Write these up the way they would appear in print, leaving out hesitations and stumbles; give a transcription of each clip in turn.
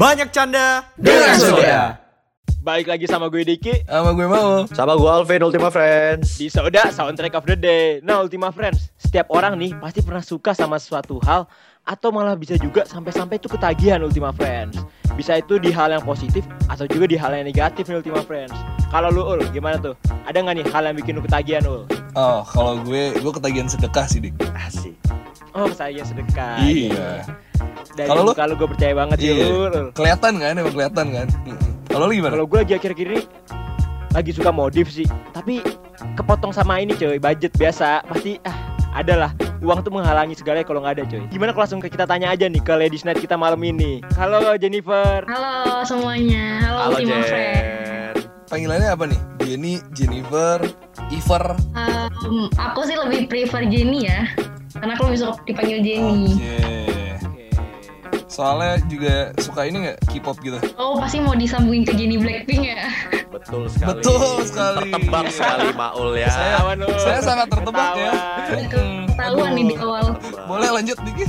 Banyak canda dengan Soda. Balik lagi sama gue Diki, Sama gue Mau. Sama gue Alvin, Ultima Friends. di Soda Soundtrack of the Day. Nah, Ultima Friends, setiap orang nih pasti pernah suka sama suatu hal, atau malah bisa juga sampai-sampai itu ketagihan Ultima Friends. Bisa itu di hal yang positif atau juga di hal yang negatif nih Ultima Friends. Kalau lu Ul, gimana tuh? Ada gak nih hal yang bikin lu ketagihan Ul? Oh, kalau gue ketagihan sedekah sih, Dik. Asik. Oh, ketagihan sedekah. Iya. Dari Kalau lu? kalau gue percaya banget sih Ul. Kelihatan kan, emang kelihatan kan. Kalau lu gimana? Kalau gue lagi akhir-akhir ini lagi suka modif sih, tapi kepotong sama ini coy, budget biasa. Pasti adalah uang tuh menghalangi segalanya kalau nggak ada coy. Gimana kalau langsung kita tanya aja nih ke Ladies Night kita malam ini. Halo Jennifer. Halo semuanya, halo Ultima Friends. Panggilannya apa nih? Jenny, Jennifer, Iver. Aku sih lebih prefer Jenny ya, karena aku lebih suka dipanggil Jenny. Oke. Soalnya juga suka ini nggak K-pop gitu. Oh pasti mau disambungin ke Jenny Blackpink ya? Betul sekali. Betul sekali. Tertebak sekali Maul ya. Saya sangat tertebak ya. Ketahuan nih di awal. Boleh lanjut Diki?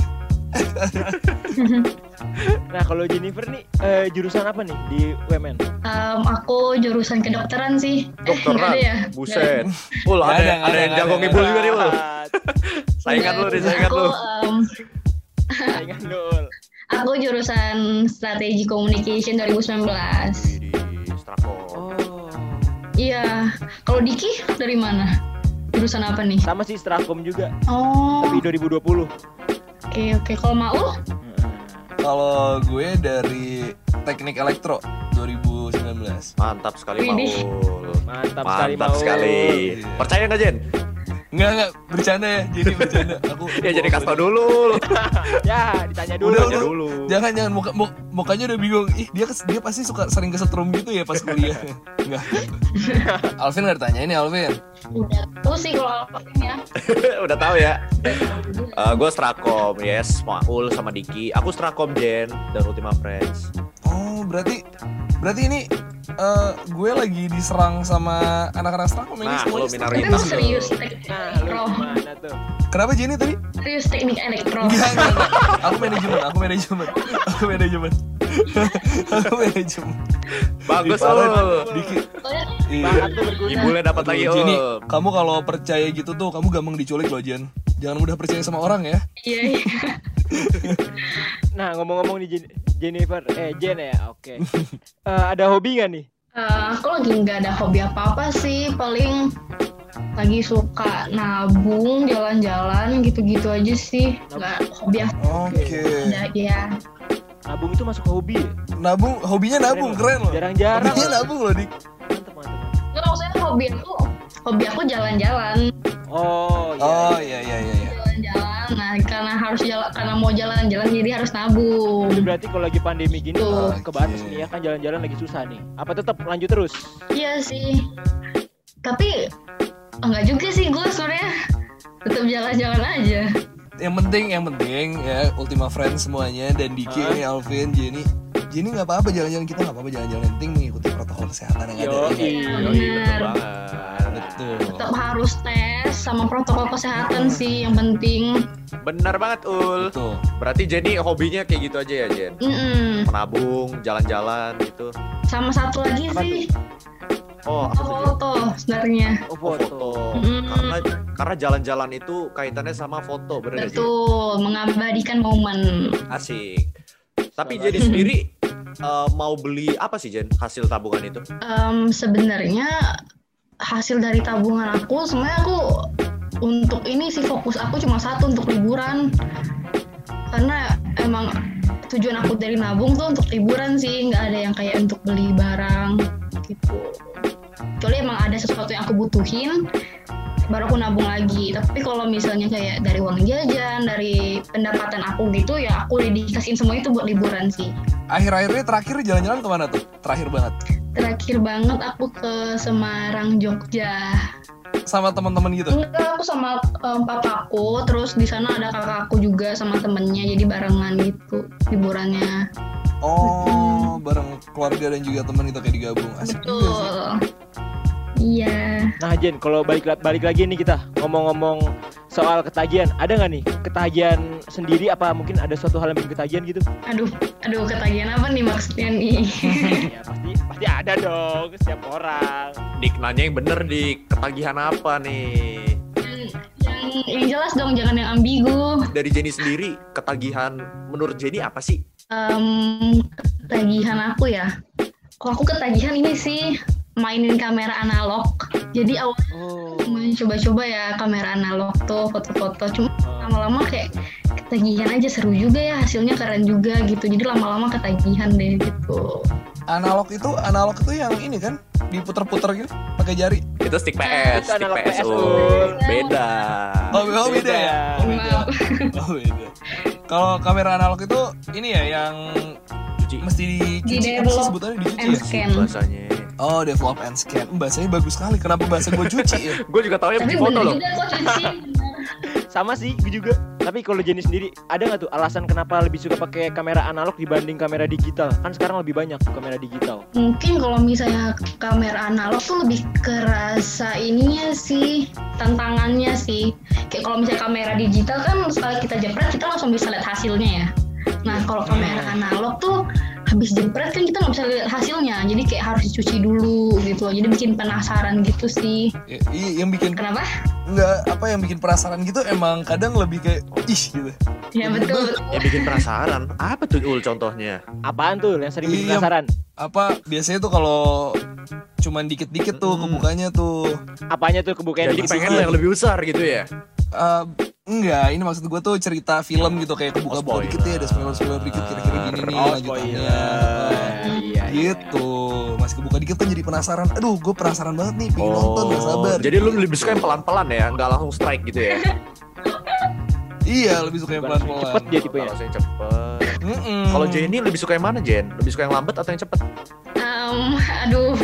Nah kalau Jennifer nih jurusan apa nih di UMN? Aku jurusan kedokteran sih. Dokteran. Nggak ada ya? Buset. Nggak ada, Ada yang jago ngibul juga nih Ul. Saingan lu nih, saingan lu. Saingan Ul. Aku jurusan strategi communication 2019. Di Strako. Oh. Iya. Kalau Diki dari mana? Jurusan apa nih? Sama sih Strakom juga, Oh. tapi 2020. Oke. Kalau Maul? Kalau gue dari Teknik Elektro 2019. Mantap sekali Widih. Maul. Mantap sekali Mantap Maul. sekali. Iya. Percaya nggak Jen? Enggak, bercanda ya. Jadi bercanda. Aku Ya jadi kasih tau dulu. Ya, ditanya dulu. Udah, Tanya dulu. Jangan mukanya udah bingung. Ih, dia pasti suka sering kesetrum gitu ya pas kuliah. Enggak. Alvin enggak ditanya ini Alvin. Udah tuh sih kalau ya. Udah tahu ya. Gue Strakom, yes, Maul sama Diki. Aku Strakom Jen dan Ultima Friends. Oh, berarti ini gue lagi diserang sama anak-anak Strakom ini Nah, semuanya. lu Tapi minoritas emang tuh. serius teknik Nah, lu elektro. gimana tuh? Kenapa Jenny tadi? Serius teknik elektro. Enggak. Aku manajemen. Aku manajemen. Bagus Ih, parah, Ul. Diki. Iya. Bakat tuh berguna. Ibulnya dapat lagi Jenny, Ul. kamu kalau percaya gitu tuh kamu gampang diculik loh Jen. Jangan mudah percaya sama orang ya. Iya. Nah, ngomong-ngomong nih Jennifer, Jen ya, oke. Ada hobi nggak nih? Aku lagi nggak ada hobi apa-apa sih. Paling lagi suka nabung, jalan-jalan gitu-gitu aja sih. Nggak hobi apa Oke. ada ya. Nabung itu masuk ke hobi ya? Nabung, hobinya nabung, keren loh. Jarang-jarang. Hobinya nabung loh, Dik. Mantap. Nggak, maksudnya hobi aku jalan-jalan. Oh, iya. Oh, iya. Jalan-jalan. Nah, karena mau jalan-jalan jadi harus nabung. Itu berarti kalau lagi pandemi gini Tuh. kebatas nih ya kan, jalan-jalan lagi susah nih. Apa tetap lanjut terus? Iya sih. Tapi enggak juga sih, gue sebenarnya tetap jalan-jalan aja. Yang penting ya Ultima Friends semuanya dan Diki ini Alvin, Jenny nggak apa-apa jalan-jalan, kita nggak apa-apa jalan-jalan, yang penting mengikuti protokol kesehatan yang ada. Yoi. Iya. Yoi, betul Benar. banget. Betul. Tetap harus tes sama protokol kesehatan sih yang penting. Benar banget Ul. Betul. Berarti Jenny hobinya kayak gitu aja ya Jen? Menabung, jalan-jalan gitu. Sama satu lagi Apa sih, Oh, apa tuh Jen? foto sebenarnya. Oh, Oh, foto. Karena jalan-jalan itu kaitannya sama foto, bener gak Jen? Betul, mengabadikan momen. Asik. Tapi Jenny sendiri mau beli apa sih Jen hasil tabungan itu? Sebenarnya hasil dari tabungan aku, sebenarnya aku untuk ini sih fokus aku cuma satu, untuk liburan. Karena emang tujuan aku dari nabung tuh untuk liburan sih, nggak ada yang kayak untuk beli barang gitu. Kecuali emang ada sesuatu yang aku butuhin, baru aku nabung lagi. Tapi kalau misalnya kayak dari uang jajan, dari pendapatan aku gitu, ya aku dedikasiin semua itu buat liburan sih. Akhir-akhir ini terakhir jalan-jalan kemana tuh? Terakhir banget. Terakhir banget aku ke Semarang, Jogja. Sama teman-teman gitu. Enggak, aku sama papaku, terus di sana ada kakakku juga sama temennya, jadi barengan gitu liburannya. Oh, bareng keluarga dan juga teman itu kayak digabung. Asik juga sih. Betul. Iya. Nah Jen, kalau balik lagi nih kita ngomong-ngomong soal ketagihan, ada nggak nih ketagihan sendiri apa mungkin ada suatu hal yang bikin ketagihan gitu? Aduh, ketagihan apa nih maksudnya nih? Ya pasti ada dong setiap orang. Dik nanya yang bener Dik, ketagihan apa nih? yang jelas dong, jangan yang ambigu. Dari Jenny sendiri, ketagihan menurut Jenny apa sih? Ketagihan aku ya. Kalau aku ketagihan ini sih mainin kamera analog. Jadi awalnya main coba-coba ya kamera analog tuh foto-foto. Cuma lama-lama kayak ketagihan aja, seru juga ya, hasilnya keren juga gitu. Jadi lama-lama ketagihan deh gitu. Analog itu yang ini kan diputer-puter gitu pakai jari. Itu stick PS, stick analog PS. PS, Beda. Oh beda ya. Oh beda. Kalau kamera analog itu ini ya yang Cuci. mesti dicuci, apa sih sebutannya, dicuci and ya? scan. Bahasanya. Oh, develop and scan. Bahasanya bagus sekali. Kenapa bahasa gue cuci ya? Gue juga tahu ya Tapi bikin foto bener loh. juga kok cuci. Sama sih, gue juga. Tapi kalau Jenny sendiri, ada nggak tuh alasan kenapa lebih suka pakai kamera analog dibanding kamera digital? Kan sekarang lebih banyak tuh kamera digital. Mungkin kalau misalnya kamera analog tuh lebih kerasa ininya sih, tantangannya sih. Kayak kalau misalnya kamera digital kan sekali kita jepret kita langsung bisa lihat hasilnya ya. Nah kalau kamera analog tuh habis jepret kan kita nggak bisa lihat hasilnya, jadi kayak harus dicuci dulu gitu. Jadi bikin penasaran gitu sih. Yang bikin Kenapa? yang bikin penasaran gitu emang kadang lebih kayak ih gitu. Ya betul. Ya bikin penasaran. Apa tuh Ul contohnya? Apaan tuh yang sering bikin Iya. penasaran? Biasanya tuh kalau cuman dikit-dikit tuh kebukanya tuh. Apanya tuh kebukanya Jadi dikit pengen yang lebih besar gitu ya? Enggak, ini maksud gue tuh cerita film gitu, kayak kebuka-buka dikit ya, ada spoiler dikit kira-kira gini nih lanjutannya. Iya. Gitu. Masih kebuka dikit kan jadi penasaran. Aduh, gue penasaran banget nih, pengen nonton, gak sabar. Jadi lu lebih suka yang pelan-pelan ya, nggak langsung strike gitu ya? Iya, lebih suka yang pelan-pelan. Cepet dia tipe ya. Kalau saya cepet. Kalau Jenny lebih suka yang mana Jen? Lebih suka yang lambat atau yang cepet? Aduh.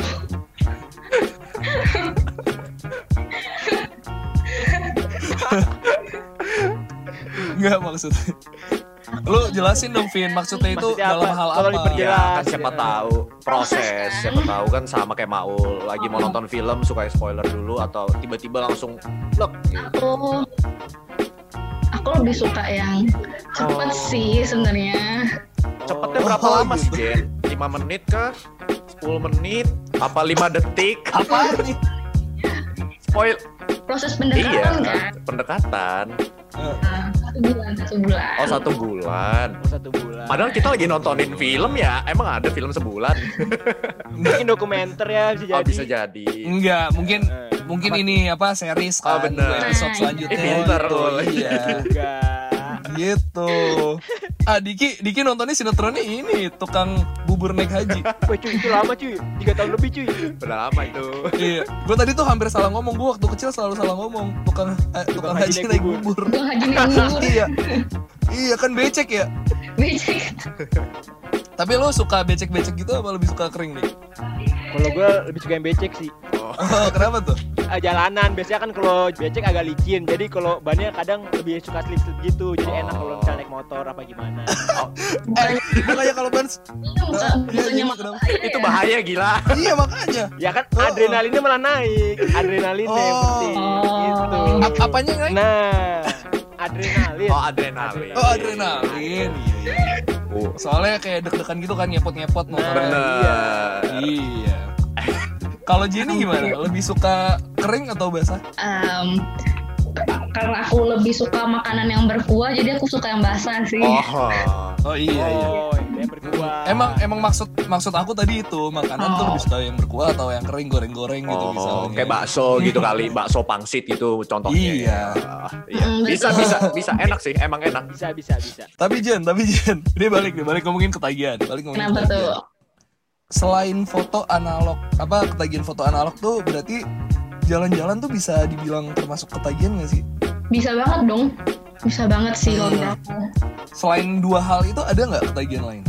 Enggak maksudnya. Lu jelasin dong, Vin, maksudnya itu Maksudnya dalam apa? hal Kalau apa? diperjelas. Ya kan siapa tahu proses, siapa tahu kan sama kayak Maul lagi mau nonton film suka spoiler dulu atau tiba-tiba langsung blok gitu. Aku lebih suka yang cepet sih sebenarnya. Cepetnya berapa lama sih Jen? 5 menit kah? 10 menit? Apa 5 detik? Apa nih? Spoil. Proses pendekatan kan. Pendekatan. Nah, 1 bulan. Oh 1 bulan. 1 bulan. Padahal kita lagi nontonin film ya. Emang ada film sebulan? Mungkin dokumenter ya bisa jadi. Oh bisa jadi. Enggak, mungkin ini series kan. Oh, bener. 2 episode selanjutnya. Pinter, gitu. Ul. Iya. Gitu. Diki nontonnya sinetronnya ini tukang bubur naik haji. Wah cuy, itu lama cuy, 3 tahun lebih cuy. Udah lama itu. Iya. Gue tadi tuh hampir salah ngomong. Gue waktu kecil selalu salah ngomong. Tukang haji naik bubur. Bang Haji naik bubur. Iya. Iya kan becek ya. Becek. Tapi lo suka becek-becek gitu apa lebih suka kering nih? Kalau gue lebih suka yang becek sih. Oh, kenapa tuh? Jalanan biasanya kan kalau becek agak licin, jadi kalau bannya kadang lebih suka slip-slip gitu, jadi enak kalau misalnya naik motor apa gimana. Makanya kalau ban Bukannya kenapa? Itu bahaya gila. Iya makanya. Ya kan adrenalinnya malah naik, adrenalinnya yang penting. Gitu. Apanya yang naik? Nah, adrenalin. Oh adrenalin. Oh, adrenalin. Iya. Soalnya kayak deg-degan gitu kan, ngepot-ngepot motornya. Bener. Iya. Kalau Jenny gimana? Lebih suka kering atau basah? Karena aku lebih suka makanan yang berkuah, jadi aku suka yang basah sih. Oh iya. Oh, yang berkuah. Emang maksud aku tadi itu makanan tuh lebih suka yang berkuah atau yang kering, goreng-goreng gitu misalnya. Kayak bakso gitu kali, bakso pangsit itu contohnya. Iya. Bisa enak sih, emang enak. Bisa. Tapi Jen, ini balik ngomongin ketagihan. Kenapa tuh? Selain foto analog, ketagihan foto analog tuh berarti jalan-jalan tuh bisa dibilang termasuk ketagihan nggak sih? Bisa banget dong. Bisa banget sih kalau menurut aku. Selain 2 hal itu ada nggak ketagihan lain?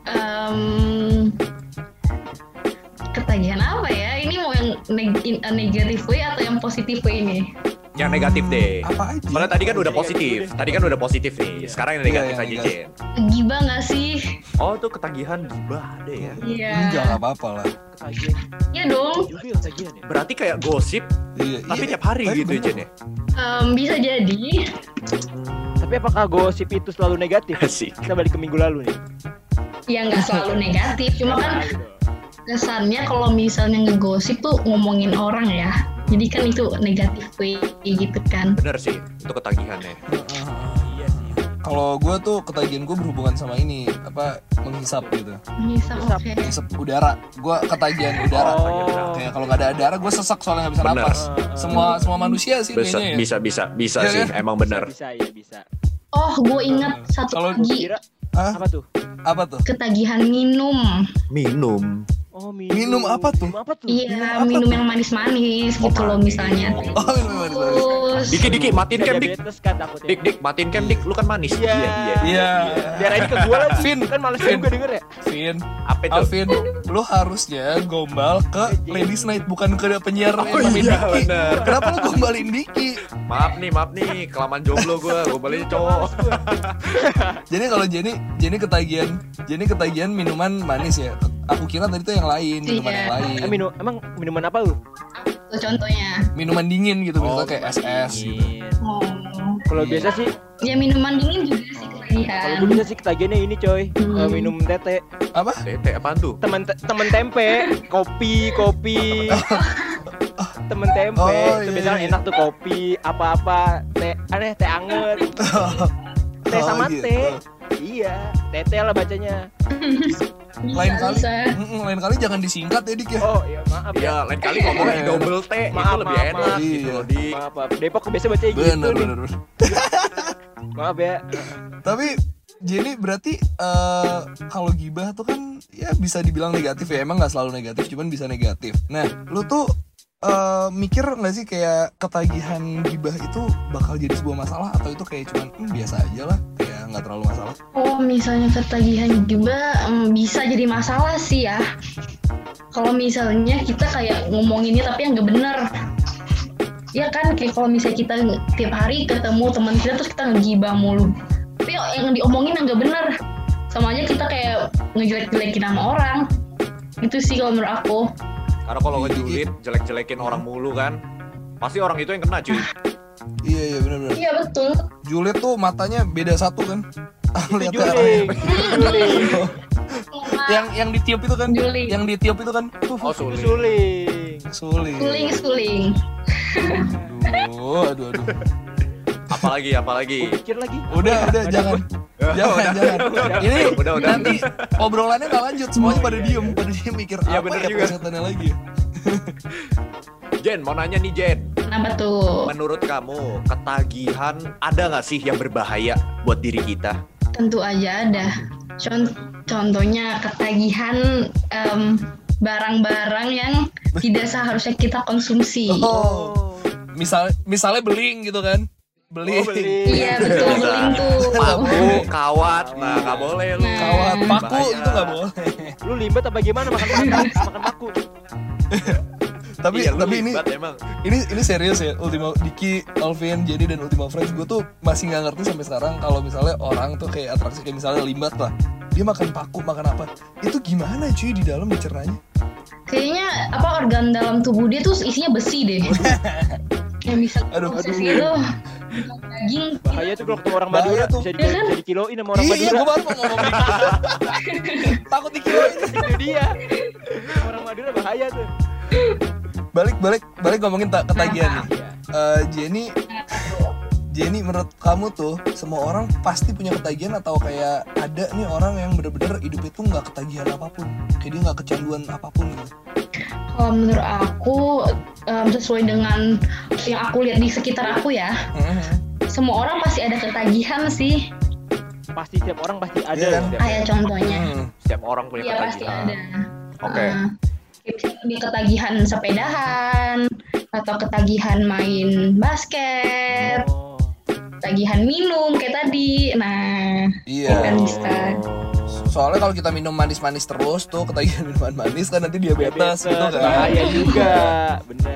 Ketagihan apa ya? Ini mau yang negatif way atau yang positif way ini? Yang negatif deh. Apa aja? Soalnya tadi kan udah positif. nih. Sekarang yang negatif Iya, aja yang Jen. Gibah nggak sih? Oh tuh ketagihan gibah ada ya. Iya. Enggak, nggak apa-apa lah. Ketagihan. Iya dong. Juga ya ketagihan ya. Berarti kayak gosip Iya, tapi tiap hari gitu ya Jen ya. Bisa jadi. Tapi Tapi apakah gosip itu selalu negatif? Asik. Kita balik ke minggu lalu nih. Ya nggak selalu negatif, cuma kan kesannya kalau misalnya ngegosip tuh ngomongin orang ya. Jadi kan itu negatif gitu kan. Bener sih, itu ketagihannya. Iya sih. Kalau gue tuh ketagihan gue berhubungan sama ini menghisap gitu. Bisa oke. Menghisap udara. Gue ketagihan udara. Oh. Kayak kalau nggak ada udara gue sesak soalnya nggak bisa Bener. napas. Semua manusia sih kayaknya ya. Bisa Iya, sih, kan? emang bener. Bisa ya bisa. Oh, gue ingat satu Kalau lagi Kira Hah? apa tuh? Apa tuh? ketagihan minum. Minum. Oh Minum apa tuh? Minum apa tuh? Iya, minum yang manis-manis gitu loh misalnya. Oh, minum manis. Terus Diki, matiin cam, Dik. Diabetes kan takutnya. Dik, matiin cam, Dik. Lu kan manis. Iya. Iya. Biar aja ke gua lagi. Vin, Kan males Vin. juga denger ya. Vin, Apa itu? Alvin, lu harusnya gombal ke Ladies Night bukan ke penyiar yang Oh namanya iya, Diki. bener. Kenapa lu gombalin Diki? Maaf nih, kelamaan jomblo gue balik cowok. Jadi kalau Jenny ketagihan minuman manis ya. Aku kira tadi tuh yang lain, minuman Iya. yang lain. Emang minuman apa lu? tuh contohnya. Minuman dingin gitu, misalnya kayak minuman SS gitu. dingin. Oh. Kalau biasa sih, Ya minuman dingin juga sih kalau ketagihan. gue bisa sih ketagihannya ini coy, minum tete. Apa? Tete apaan tuh? Temen tempe, kopi. Temen tempe, Oh, itu iya, biasanya iya. enak tuh kopi, apa-apa, teh anget, teh Oh, sama gitu. teh. Iya, tete lah bacanya. Lain kali, Bisa. lain kali jangan disingkat ya Dik ya. Oh iya maaf ya. Ya lain kali ngomongnya Iya. double T itu Maaf, lebih maaf, enak maaf. gitu Iya. loh, Dik. Maaf. Depok biasa bacanya gitu Bener, nih. bener. Maaf ya. Tapi Jenny berarti kalau gibah tuh kan ya bisa dibilang negatif ya. Emang nggak selalu negatif, cuman bisa negatif. Nah, lu tuh mikir nggak sih kayak ketagihan gibah itu bakal jadi sebuah masalah atau itu kayak cuman biasa aja lah, kayak nggak terlalu masalah? Oh, misalnya ketagihan juga bisa jadi masalah sih ya. Kalau misalnya kita kayak ngomonginnya tapi yang nggak bener. Ya kan, kayak kalau misalnya kita tiap hari ketemu teman kita terus kita ngegibah mulu. Tapi yang diomongin yang nggak bener. Sama aja kita kayak ngejelek-jelekin sama orang. Itu sih kalau menurut aku. Karena kalau ngejulit jelek-jelekin orang mulu kan, pasti orang itu yang kena cuy. Iya benar-benar. Iya betul. Julid tuh matanya beda satu kan. Lihat Juling. yang ditiup itu kan, Juling. yang ditiup itu kan. Oh sulit. Suling. Suling. Suling. Aduh. Apalagi? Gue pikir lagi. Udah, jangan. Ini Udah. nanti obrolannya nggak lanjut, semuanya pada diem mikir Iya, apa bener ya juga. persetannya lagi. Jen, mau nanya nih Jen. Kenapa tuh? Menurut kamu ketagihan ada nggak sih yang berbahaya buat diri kita? Tentu aja ada. Contohnya ketagihan barang-barang yang tidak seharusnya kita konsumsi. Oh, misalnya beling gitu kan? Beling. Iya betul, Bisa. beling tuh. Paku, kawat, nah nggak boleh lu. Kawat, paku Bahaya. itu nggak boleh. Lu limbat apa gimana makan paku? Tapi Iya, lu ini libat emang. ini serius ya. Ultima Diki, Alvin, Jenny dan Ultima Friends, gue tuh masih nggak ngerti sampai sekarang kalau misalnya orang tuh kayak atraksi kayak misalnya limbat lah, dia makan paku, makan apa, itu gimana cuy di dalam dicernanya? Kayaknya organ dalam tubuh dia tuh isinya besi deh. Yang bisa Aduh. proses gitu. Daging. Bahaya tuh kalau ketemu orang Bahaya Madura tuh. bisa dikiloin sama orang Iya, Madura. gue baru mau ngomong gitu. Takut dikiloin. Itu dia. Orang Madura bahaya tuh. Balik ngomongin ketagihan nih. Iya. Jenny, menurut kamu tuh semua orang pasti punya ketagihan atau kayak ada nih orang yang bener-bener hidup itu nggak ketagihan apapun, kayak dia nggak kecanduan apapun gitu? Kalau menurut aku sesuai dengan yang aku lihat di sekitar aku ya, semua orang pasti ada ketagihan sih. Pasti tiap orang pasti ada. Iya kan? Setiap Kayak contohnya. Setiap orang punya Iya pasti ketagihan. ada. Oke. Di ketagihan sepedahan atau ketagihan main basket, Oh. ketagihan minum kayak tadi. Nah, Iya. kan bisa. Soalnya kalau kita minum manis-manis terus tuh ketagihan minuman manis kan nanti diabetes gitu kan. Bahaya juga. Bener.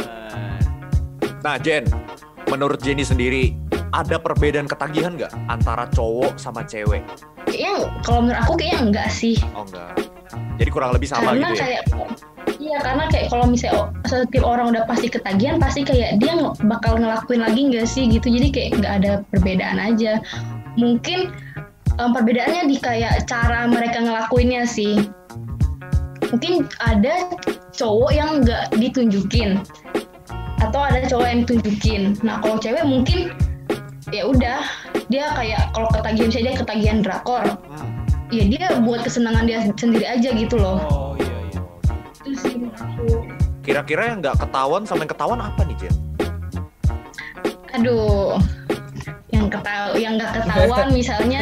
Nah Jen, menurut Jenny sendiri ada perbedaan ketagihan nggak antara cowok sama cewek? Kayaknya kalau menurut aku kayaknya enggak sih. Oh enggak. Jadi kurang lebih sama Karena gitu ya? kayak iya, karena kayak kayak kalau misalnya setiap orang udah pasti ketagihan, pasti kayak dia bakal ngelakuin lagi nggak sih gitu. Jadi kayak nggak ada perbedaan aja. Mungkin perbedaannya di kayak cara mereka ngelakuinnya sih. Mungkin ada cowok yang nggak ditunjukin atau ada cowok yang ditunjukin. Nah kalau cewek mungkin ya udah dia kayak kalau ketagihan, misalnya dia ketagihan drakor, ya dia buat kesenangan dia sendiri aja gitu loh. Oh iya. Itu sih menurut aku. Kira-kira yang nggak ketahuan sama yang ketahuan apa nih, Jen? Aduh, yang nggak ketahuan misalnya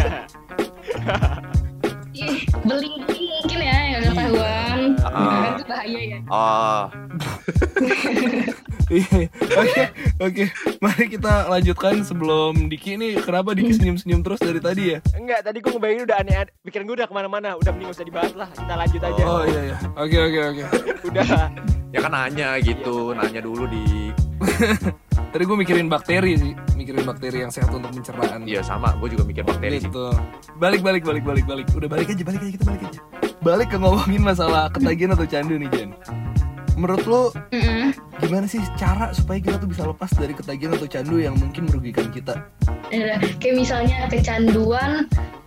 beling-beling mungkin ya yang nggak ketahuan. Kan itu bahaya ya. Oke. Mari kita lanjutkan sebelum Diki nih. Kenapa Diki senyum-senyum terus dari tadi ya? Enggak, tadi gue ngebayangin udah aneh, pikiran gue udah kemana-mana. Udah mending gak usah dibahas lah, kita lanjut aja. Oh iya. Oke. Udah. Ya kan nanya gitu, nanya dulu di. Tadi gue mikirin bakteri sih, mikirin bakteri yang sehat untuk pencernaan. Iya sama, gue juga mikir bakteri sih. Gitu. Balik. Udah balik aja. Balik ke ngomongin masalah ketagihan atau candu nih, Jen. Menurut lo gimana sih cara supaya kita tuh bisa lepas dari ketagihan atau candu yang mungkin merugikan kita? Kayak misalnya kecanduan,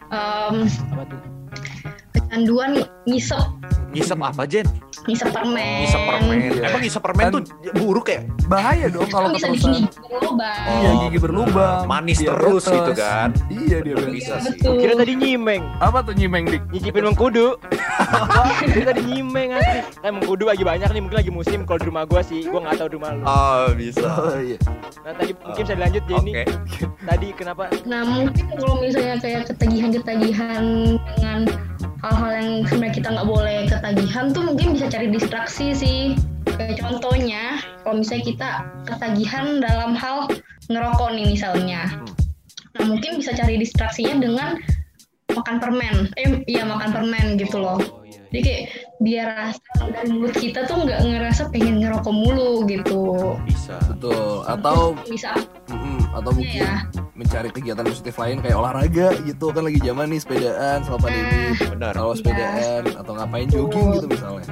Apa tuh? kecanduan Ngisep apa, Jen? ngisep permen. Ngisep permen. Iya. Emang ngisep permen Kan- tuh buruk ya? Bahaya dong kalau Bisa keterusan. bikin berlubang. Iya, gigi berlubang. Manis diabetes. terus gitu kan. Iya, dia Bisa sih. Betul. Kira tadi nyimeng. Apa tuh nyimeng, Dik? Nyicipin mengkudu. Kira tadi nyimeng asli. Kan mengkudu lagi banyak nih, mungkin lagi musim. Kalau di rumah gue sih, gue nggak tahu di rumah lu. Oh bisa. Oh iya. Nah tadi mungkin bisa dilanjut Jenny. Oke. Tadi kenapa? Nah mungkin kalau misalnya kayak ketagihan dengan hal-hal yang sebenarnya kita nggak boleh ketagihan tuh mungkin bisa cari distraksi sih. Kayak contohnya kalau misalnya kita ketagihan dalam hal ngerokok nih misalnya. Nah mungkin bisa cari distraksinya dengan makan permen. Makan permen gitu loh. Oh, iya. Jadi kayak biar rasa dari mulut kita tuh nggak ngerasa pengen ngerokok mulu gitu. Bisa. Betul. Atau Bisa atau mungkin ya. mencari kegiatan positif lain kayak olahraga gitu kan lagi zaman nih sepedaan selama pandemi. Benar. Kalau sepedaan atau ngapain jogging gitu misalnya.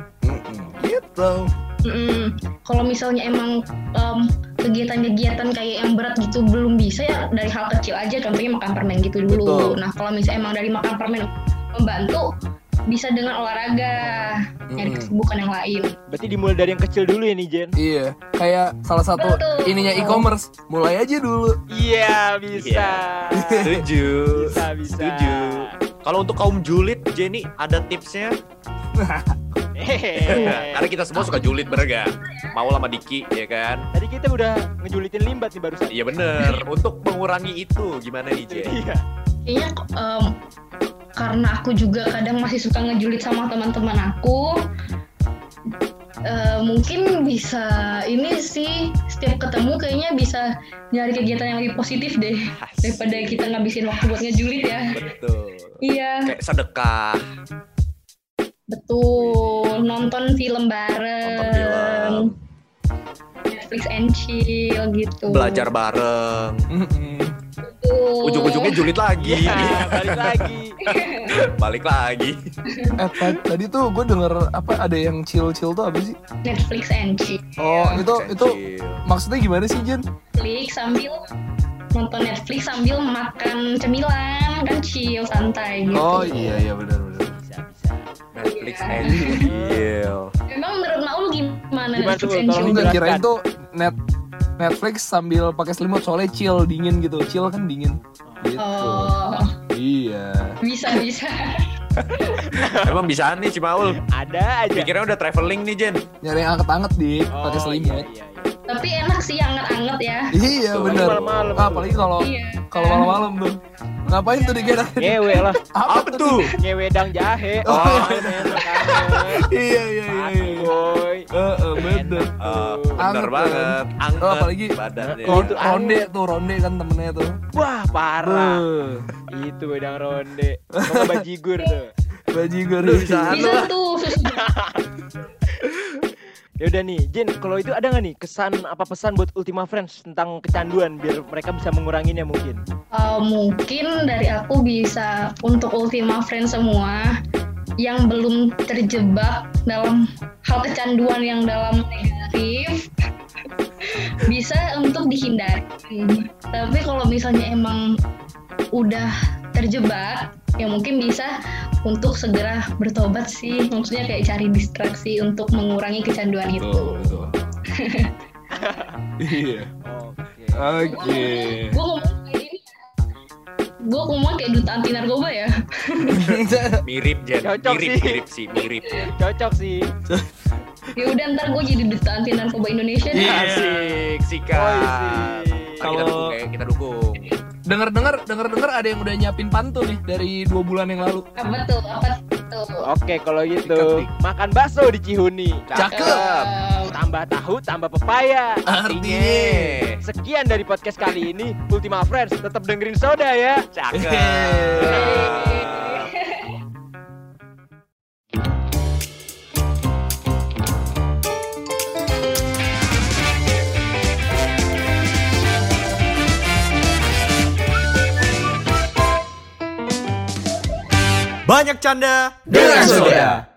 Gitu. Kalau misalnya emang kegiatan-kegiatan kayak yang berat gitu belum bisa ya dari hal kecil aja, contohnya makan permen gitu dulu. Betul. Nah kalau misalnya emang dari makan permen membantu, bisa dengan olahraga, nyari kesibukan yang lain. Berarti dimulai dari yang kecil dulu ya nih Jen? Iya, kayak salah satu Betul. ininya e-commerce, mulai aja dulu. Iya bisa. Setuju. Bisa. Setuju. Kalau untuk kaum julid, Jenny ada tipsnya? Karena kita semua suka julid, bener gak? Mau sama Diki, ya kan? Tadi kita udah ngejulitin limbat nih barusan. Iya bener. Untuk mengurangi itu, gimana nih, Jen? Iya. Kayaknya karena aku juga kadang masih suka ngejulit sama teman-teman aku, mungkin bisa ini sih setiap ketemu kayaknya bisa nyari kegiatan yang lebih positif deh daripada kita ngabisin waktu buat ngejulit ya. Betul. Iya, Kayak sedekah, betul. Nonton film bareng. nonton film, Netflix and chill gitu. belajar bareng. Betul. Ujung-ujungnya julid lagi. Iya, balik lagi. Balik lagi. Tadi tuh gue denger apa ada yang chill tuh apa sih? Netflix and chill. Oh, itu Chill. maksudnya gimana sih, Jen? Netflix sambil nonton Netflix sambil makan cemilan kan chill santai gitu. Oh iya benar. Bisa. Netflix Iya. and chill. Emang menurut Maul gimana Gimana Netflix tuh? and Tolong chill? Enggak kirain Jelaskan. tuh Netflix sambil pakai selimut soalnya chill dingin gitu. Chill kan dingin. Gitu. Oh, Iya. bisa. Emang bisa nih Cimaul. Ada aja. Pikirnya udah traveling nih Jen. Nyari yang anget-anget dik, Oh, pakai selimut. Iya. Tapi enak sih anget-anget ya. Iya Tuh, benar. malam-malam. Apalagi kalau Iya. malam-malam tuh. Ngapain tuh dik enak? Ngewe lah. Apa tuh? Ngewedang jahe. Oh, enak banget. Iya. Boy. Bener. Bener Anget, banget. Anget Oh, apalagi badannya. Itu Ronde kan temennya tuh. Wah parah. Beuh. Itu wedang ronde. Kok bajigur tuh. Bajigur Lu bisa Bisa tuh. Ya udah nih, Jin, kalau itu ada nggak nih kesan apa pesan buat Ultima Friends tentang kecanduan biar mereka bisa menguranginya mungkin? Mungkin dari aku bisa untuk Ultima Friends semua, yang belum terjebak dalam hal kecanduan yang dalam negatif bisa untuk dihindari. Tapi kalau misalnya emang udah terjebak, ya mungkin bisa untuk segera bertobat sih. Maksudnya kayak cari distraksi untuk mengurangi kecanduan itu. Betul. Iya. Oke. Gue ngomong kayak duta anti narkoba ya. Mirip Jen, Cocok mirip ya. Cocok sih. Ya udah ntar gue jadi duta anti narkoba Indonesia nih. Iya. Asik, sikat. Kalau- Kita dukung. Dengar ada yang udah nyiapin pantun nih dari 2 bulan yang lalu. Apa tuh? Oke, kalau gitu makan bakso di Cihuni. Cakep. Tambah tahu, tambah pepaya. Artinya. Sekian dari podcast kali ini. Ultima Friends, tetap dengerin Soda ya. Banyak canda Dengan Soda.